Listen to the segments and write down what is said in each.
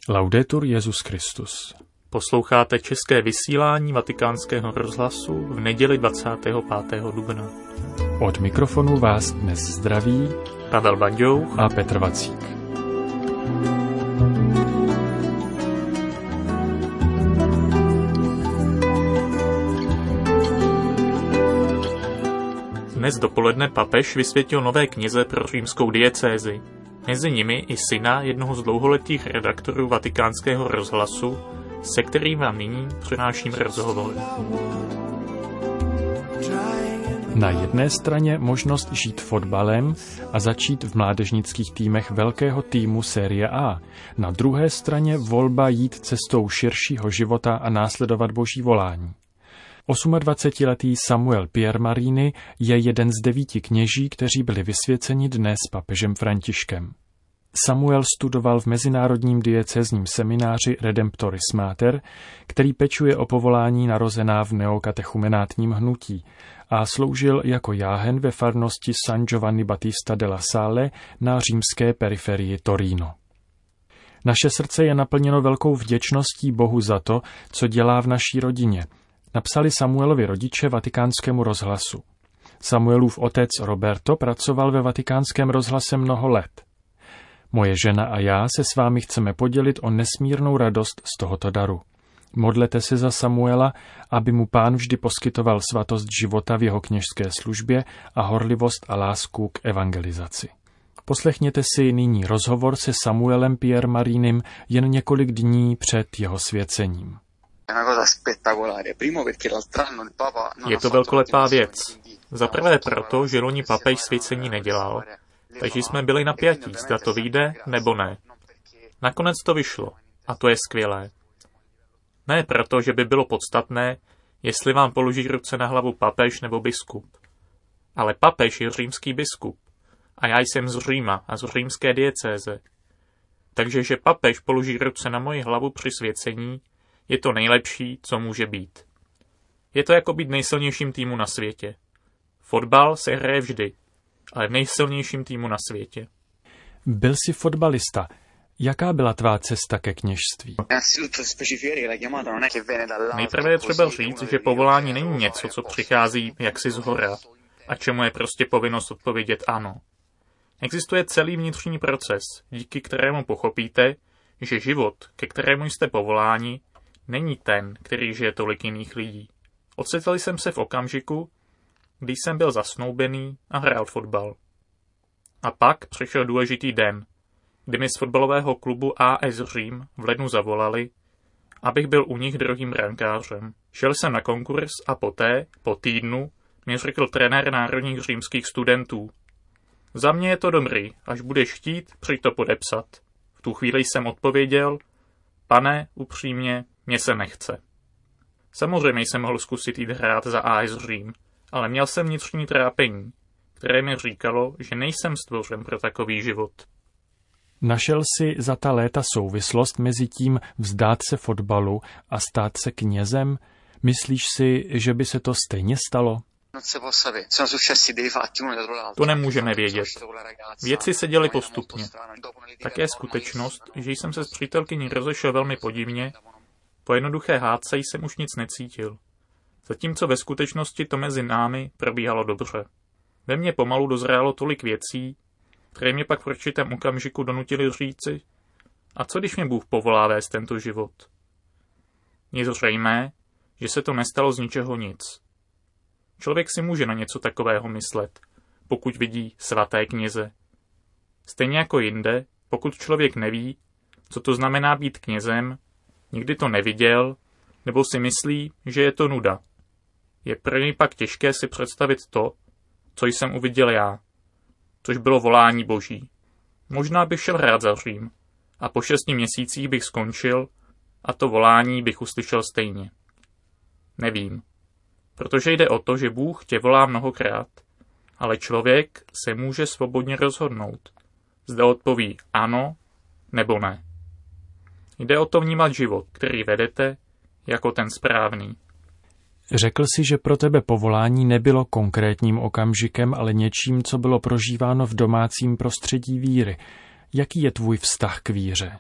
Laudetur Jesus Christus. Posloucháte české vysílání Vatikánského rozhlasu v neděli 25. dubna. Od mikrofonu vás dnes zdraví Pavel Vanďouch a Petr Vacík. Dnes dopoledne papež vysvětil nové kněze pro římskou diecézi. Mezi nimi i syna jednoho z dlouholetých redaktorů Vatikánského rozhlasu, se kterým vám nyní přináším rozhovor. Na jedné straně možnost žít fotbalem a začít v mládežnických týmech velkého týmu Série A. Na druhé straně volba jít cestou širšího života a následovat Boží volání. 28letý Samuel Pierre Marini je jeden z 9 kněží, kteří byli vysvěceni dnes papežem Františkem. Samuel studoval v mezinárodním diecézním semináři Redemptoris Mater, který pečuje o povolání narozená v neokatechumenátním hnutí, a sloužil jako jáhen ve farnosti San Giovanni Battista della Salle na římské periferii Torino. Naše srdce je naplněno velkou vděčností Bohu za to, co dělá v naší rodině, napsali Samuelovi rodiče Vatikánskému rozhlasu. Samuelův otec Roberto pracoval ve Vatikánském rozhlase mnoho let. Moje žena a já se s vámi chceme podělit o nesmírnou radost z tohoto daru. Modlete se za Samuela, aby mu Pán vždy poskytoval svatost života v jeho kněžské službě a horlivost a lásku k evangelizaci. Poslechněte si nyní rozhovor se Samuelem Pierre Marinim jen několik dní před jeho svěcením. Je to velkolepá věc. Za prvé proto, že loni papež svěcení nedělal, takže jsme byli napjatí, zda to vyjde nebo ne. Nakonec to vyšlo a to je skvělé. Ne proto, že by bylo podstatné, jestli vám položí ruce na hlavu papež nebo biskup. Ale papež je římský biskup a já jsem z Říma a z římské diecéze. Takže, že papež položí ruce na moji hlavu při svěcení, je to nejlepší, co může být. Je to jako být nejsilnějším týmu na světě. Fotbal se hraje vždy, ale v nejsilnějším týmu na světě. Byl jsi fotbalista. Jaká byla tvá cesta ke kněžství? Nejprve je třeba říct, že povolání není něco, co přichází jaksi zhora a čemu je prostě povinnost odpovědět ano. Existuje celý vnitřní proces, díky kterému pochopíte, že život, ke kterému jste povoláni, není ten, který žije tolik jiných lidí. Ocitl jsem se v okamžiku, když jsem byl zasnoubený a hrál fotbal. A pak přišel důležitý den, kdy mi z fotbalového klubu AS Řím v lednu zavolali, abych byl u nich druhým brankářem. Šel jsem na konkurs a poté, po týdnu, mi řekl trenér národních římských studentů: za mě je to dobrý, až budeš chtít, přijď to podepsat. V tu chvíli jsem odpověděl: pane, upřímně, mně se nechce. Samozřejmě jsem mohl zkusit jít hrát za AS Řím, ale měl jsem vnitřní trápení, které mi říkalo, že nejsem stvořen pro takový život. Našel jsi za ta léta souvislost mezi tím vzdát se fotbalu a stát se knězem? Myslíš si, že by se to stejně stalo? To nemůžeme vědět. Věci se děly postupně. Také skutečnost, že jsem se s přítelkyní rozešel velmi podivně, po jednoduché hádce jsem už nic necítil. Zatímco ve skutečnosti to mezi námi probíhalo dobře. Ve mně pomalu dozrálo tolik věcí, které mě pak v určitém okamžiku donutili říci: a co když mě Bůh povolá vést tento život? Je zřejmé, že se to nestalo z ničeho nic. Člověk si může na něco takového myslet, pokud vidí svaté kněze. Stejně jako jinde, pokud člověk neví, co to znamená být knězem, nikdy to neviděl, nebo si myslí, že je to nuda. Je pro něj pak těžké si představit to, co jsem uviděl já, což bylo volání Boží. Možná bych šel hrát za Řím a po 6 měsících bych skončil a to volání bych uslyšel stejně. Nevím, protože jde o to, že Bůh tě volá mnohokrát, ale člověk se může svobodně rozhodnout. Zda odpoví ano nebo ne. Jde o to vnímat život, který vedete, jako ten správný. Řekl jsi, že pro tebe povolání nebylo konkrétním okamžikem, ale něčím, co bylo prožíváno v domácím prostředí víry. Jaký je tvůj vztah k víře?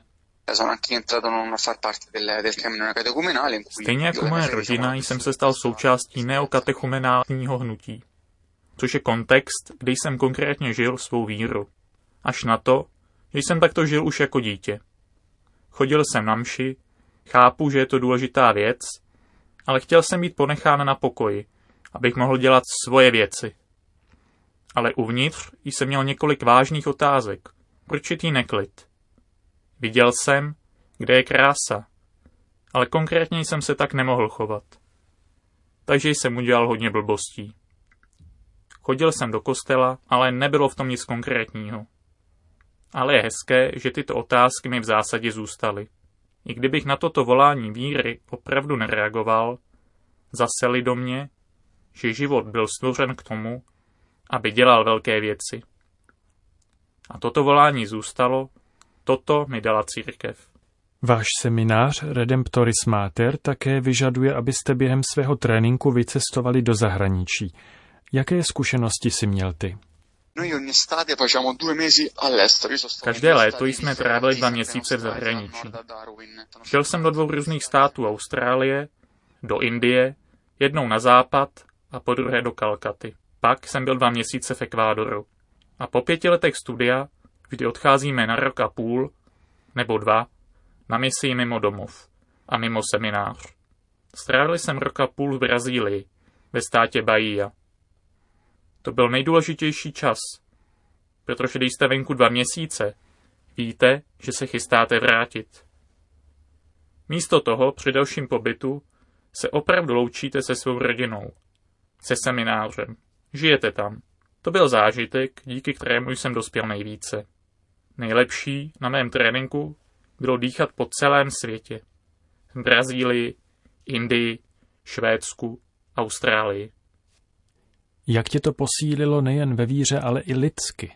Stejně jako moje rodina jsem se stal součástí neokatechumenálního hnutí, což je kontext, kde jsem konkrétně žil svou víru. Až na to, že jsem takto žil už jako dítě. Chodil jsem na mši, chápu, že je to důležitá věc, ale chtěl jsem být ponechán na pokoji, abych mohl dělat svoje věci. Ale uvnitř jsem měl několik vážných otázek, určitý neklid. Viděl jsem, kde je krása, ale konkrétně jsem se tak nemohl chovat. Takže jsem udělal hodně blbostí. Chodil jsem do kostela, ale nebylo v tom nic konkrétního. Ale je hezké, že tyto otázky mi v zásadě zůstaly. I kdybych na toto volání víry opravdu nereagoval, zaseli do mě, že život byl stvořen k tomu, aby dělal velké věci. A toto volání zůstalo, toto mi dala církev. Váš seminář Redemptoris Mater také vyžaduje, abyste během svého tréninku vycestovali do zahraničí. Jaké zkušenosti jsi měl ty? Každé léto jsme trávili 2 měsíce v zahraničí. Šel jsem do 2 různých států Austrálie, do Indie, jednou na západ a po druhé do Kalkaty. Pak jsem byl 2 měsíce v Ekvádoru. A po 5 letech studia, kdy odcházíme na rok a půl, nebo 2, na misi mimo domov a mimo seminář. Strávil jsem rok a půl v Brazílii, ve státě Bahia. To byl nejdůležitější čas, protože když jste venku 2 měsíce, víte, že se chystáte vrátit. Místo toho při dalším pobytu se opravdu loučíte se svou rodinou, se seminářem. Žijete tam. To byl zážitek, díky kterému jsem dospěl nejvíce. Nejlepší na mém tréninku bylo dýchat po celém světě. V Brazílii, Indii, Švédsku, Austrálii. Jak tě to posílilo nejen ve víře, ale i lidsky?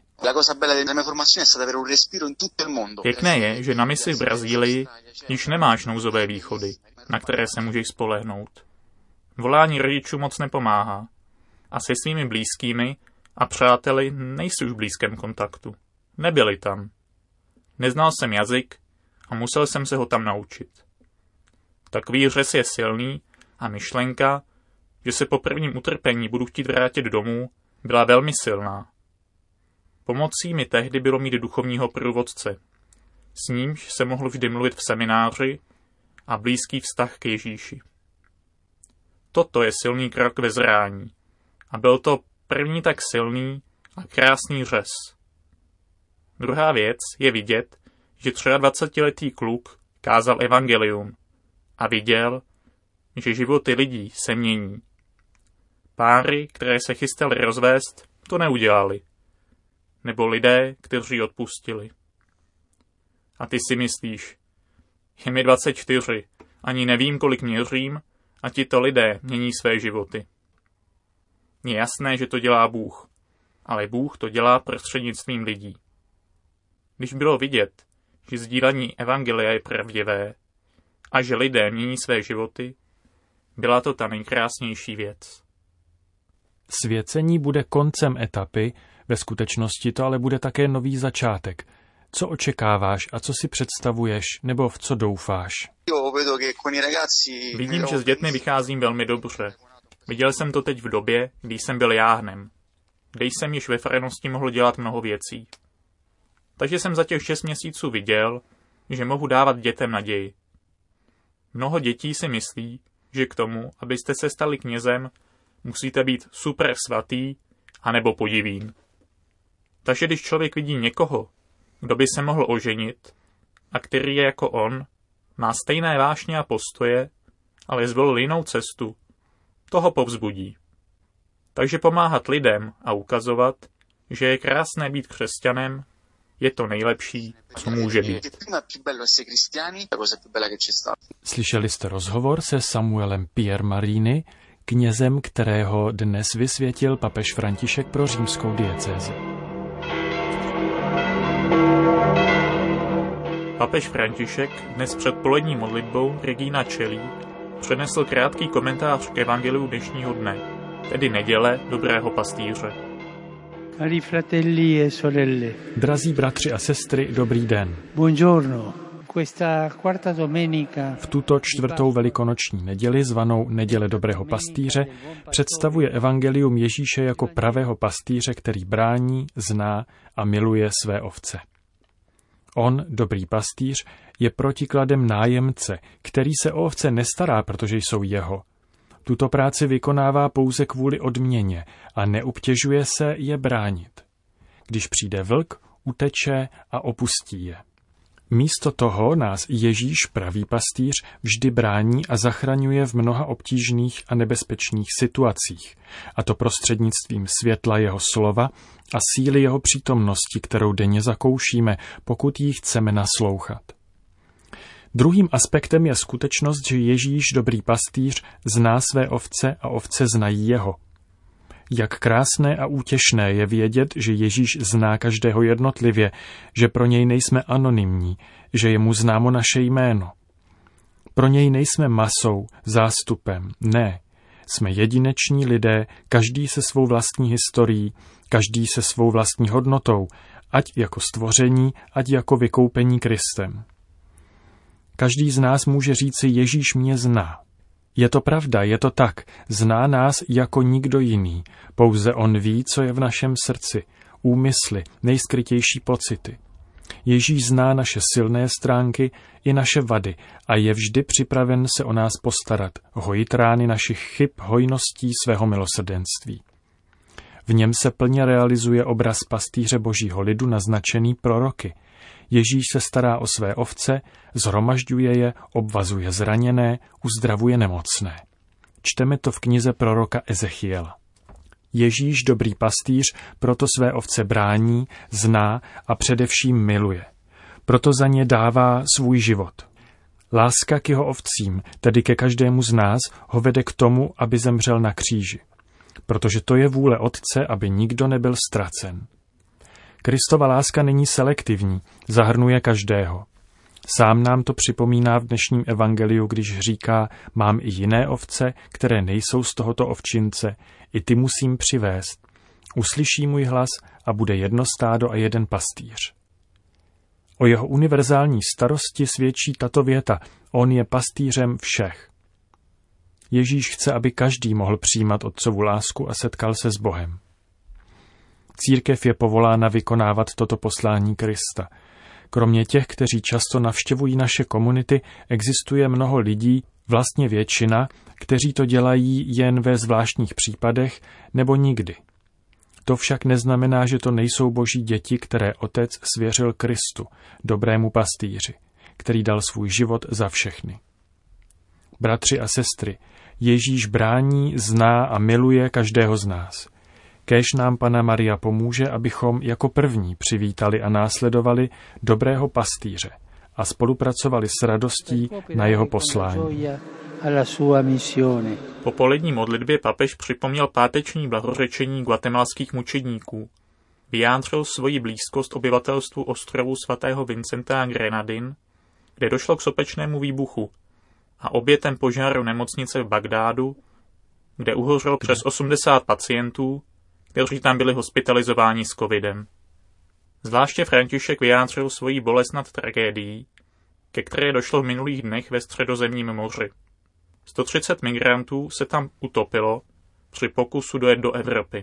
Pěkné je, že na misi v Brazílii již nemáš nouzové východy, na které se můžeš spolehnout. Volání rodičů moc nepomáhá. A se svými blízkými a přáteli nejsi už v blízkém kontaktu. Nebyli tam. Neznal jsem jazyk a musel jsem se ho tam naučit. Takový řez je silný a myšlenka, že se po prvním utrpení budu chtít vrátit domů, byla velmi silná. Pomocí mi tehdy bylo mít duchovního průvodce. S nímž se mohl vždy mluvit v semináři a blízký vztah k Ježíši. Toto je silný krok ve zrání. A byl to první tak silný a krásný řez. Druhá věc je vidět, že 23letý kluk kázal evangelium a viděl, že životy lidí se mění. Páry, které se chystali rozvést, to neudělali. Nebo lidé, kteří odpustili. A ty si myslíš, je mi 24, ani nevím, kolik měřím, a tito lidé mění své životy. Je jasné, že to dělá Bůh, ale Bůh to dělá prostřednictvím lidí. Když bylo vidět, že sdílení evangelia je pravdivé a že lidé mění své životy, byla to ta nejkrásnější věc. Svěcení bude koncem etapy, ve skutečnosti to ale bude také nový začátek. Co očekáváš a co si představuješ, nebo v co doufáš? Vidím, že s dětmi vycházím velmi dobře. Viděl jsem to teď v době, kdy jsem byl jáhnem, kde jsem již ve farnosti mohl dělat mnoho věcí. Takže jsem za těch 6 měsíců viděl, že mohu dávat dětem naději. Mnoho dětí si myslí, že k tomu, abyste se stali knězem, musíte být super svatý anebo podivín. Takže když člověk vidí někoho, kdo by se mohl oženit a který je jako on, má stejné vášně a postoje, ale zvolil jinou cestu, toho povzbudí. Takže pomáhat lidem a ukazovat, že je krásné být křesťanem, je to nejlepší, co může být. Slyšeli jste rozhovor se Samuelem Pierre Marini, knězem, kterého dnes vysvětil papež František pro římskou diecézi. Papež František dnes před polední modlitbou Regina Coeli přednesl krátký komentář k evangeliu dnešního dne, tedy neděle dobrého pastýře. Drazí bratři a sestry, dobrý den. Buongiorno. V tuto čtvrtou velikonoční neděli, zvanou Neděle dobrého pastýře, představuje evangelium Ježíše jako pravého pastýře, který brání, zná a miluje své ovce. On, dobrý pastýř, je protikladem nájemce, který se o ovce nestará, protože jsou jeho. Tuto práci vykonává pouze kvůli odměně a neobtěžuje se je bránit. Když přijde vlk, uteče a opustí je. Místo toho nás Ježíš, pravý pastýř, vždy brání a zachraňuje v mnoha obtížných a nebezpečných situacích, a to prostřednictvím světla jeho slova a síly jeho přítomnosti, kterou denně zakoušíme, pokud jí chceme naslouchat. Druhým aspektem je skutečnost, že Ježíš, dobrý pastýř, zná své ovce a ovce znají jeho. Jak krásné a útěšné je vědět, že Ježíš zná každého jednotlivě, že pro něj nejsme anonymní, že je mu známo naše jméno. Pro něj nejsme masou, zástupem, ne. Jsme jedineční lidé, každý se svou vlastní historií, každý se svou vlastní hodnotou, ať jako stvoření, ať jako vykoupení Kristem. Každý z nás může říci, Ježíš mě zná. Je to pravda, je to tak. Zná nás jako nikdo jiný. Pouze on ví, co je v našem srdci, úmysly, nejskrytější pocity. Ježíš zná naše silné stránky i naše vady a je vždy připraven se o nás postarat, hojit rány našich chyb hojností svého milosrdenství. V něm se plně realizuje obraz pastýře božího lidu naznačený proroky. Ježíš se stará o své ovce, shromažďuje je, obvazuje zraněné, uzdravuje nemocné. Čteme to v knize proroka Ezechiela. Ježíš, dobrý pastýř, proto své ovce brání, zná a především miluje. Proto za ně dává svůj život. Láska k jeho ovcím, tedy ke každému z nás, ho vede k tomu, aby zemřel na kříži. Protože to je vůle Otce, aby nikdo nebyl ztracen. Kristova láska není selektivní, zahrnuje každého. Sám nám to připomíná v dnešním evangeliu, když říká, mám i jiné ovce, které nejsou z tohoto ovčince, i ty musím přivést. Uslyší můj hlas a bude jedno stádo a jeden pastýř. O jeho univerzální starosti svědčí tato věta, on je pastýřem všech. Ježíš chce, aby každý mohl přijímat otcovu lásku a setkal se s Bohem. Církev je povolána vykonávat toto poslání Krista. Kromě těch, kteří často navštěvují naše komunity, existuje mnoho lidí, vlastně většina, kteří to dělají jen ve zvláštních případech nebo nikdy. To však neznamená, že to nejsou boží děti, které Otec svěřil Kristu, dobrému pastýři, který dal svůj život za všechny. Bratři a sestry, Ježíš brání, zná a miluje každého z nás. Kéž nám Panna Maria pomůže, abychom jako první přivítali a následovali dobrého pastýře a spolupracovali s radostí na jeho poslání. Po polední modlitbě papež připomněl páteční blahořečení guatemalských mučedníků. Vyjádřil svoji blízkost obyvatelstvu ostrovu svatého Vincenta a Grenadin, kde došlo k sopečnému výbuchu, a obětem požáru nemocnice v Bagdádu, kde uhořelo přes 80 pacientů, kteří tam byli hospitalizováni s covidem. Zvláště František vyjádřil svoji bolest nad tragédií, ke které došlo v minulých dnech ve Středozemním moři. 130 migrantů se tam utopilo při pokusu dojet do Evropy.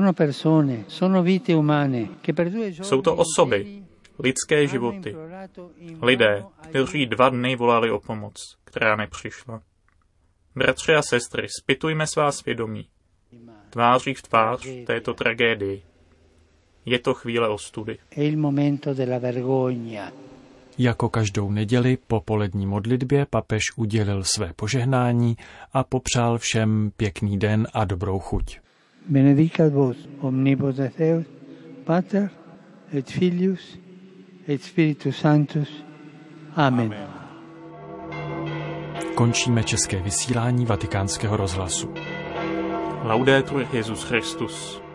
Jsou to osoby, lidské životy, lidé, kteří 2 dny volali o pomoc, která nepřišla. Bratři a sestry, zpytujme svá svědomí, tváří v tvář této tragédii. Je to chvíle ostudy. Jako každou neděli po polední modlitbě papež udělil své požehnání a popřál všem pěkný den a dobrou chuť. Benedicat vos omnipotens Deus, Pater et Filius et Spiritus Sanctus. Amen. Končíme české vysílání Vatikánského rozhlasu. Laudetur Jesus Christus.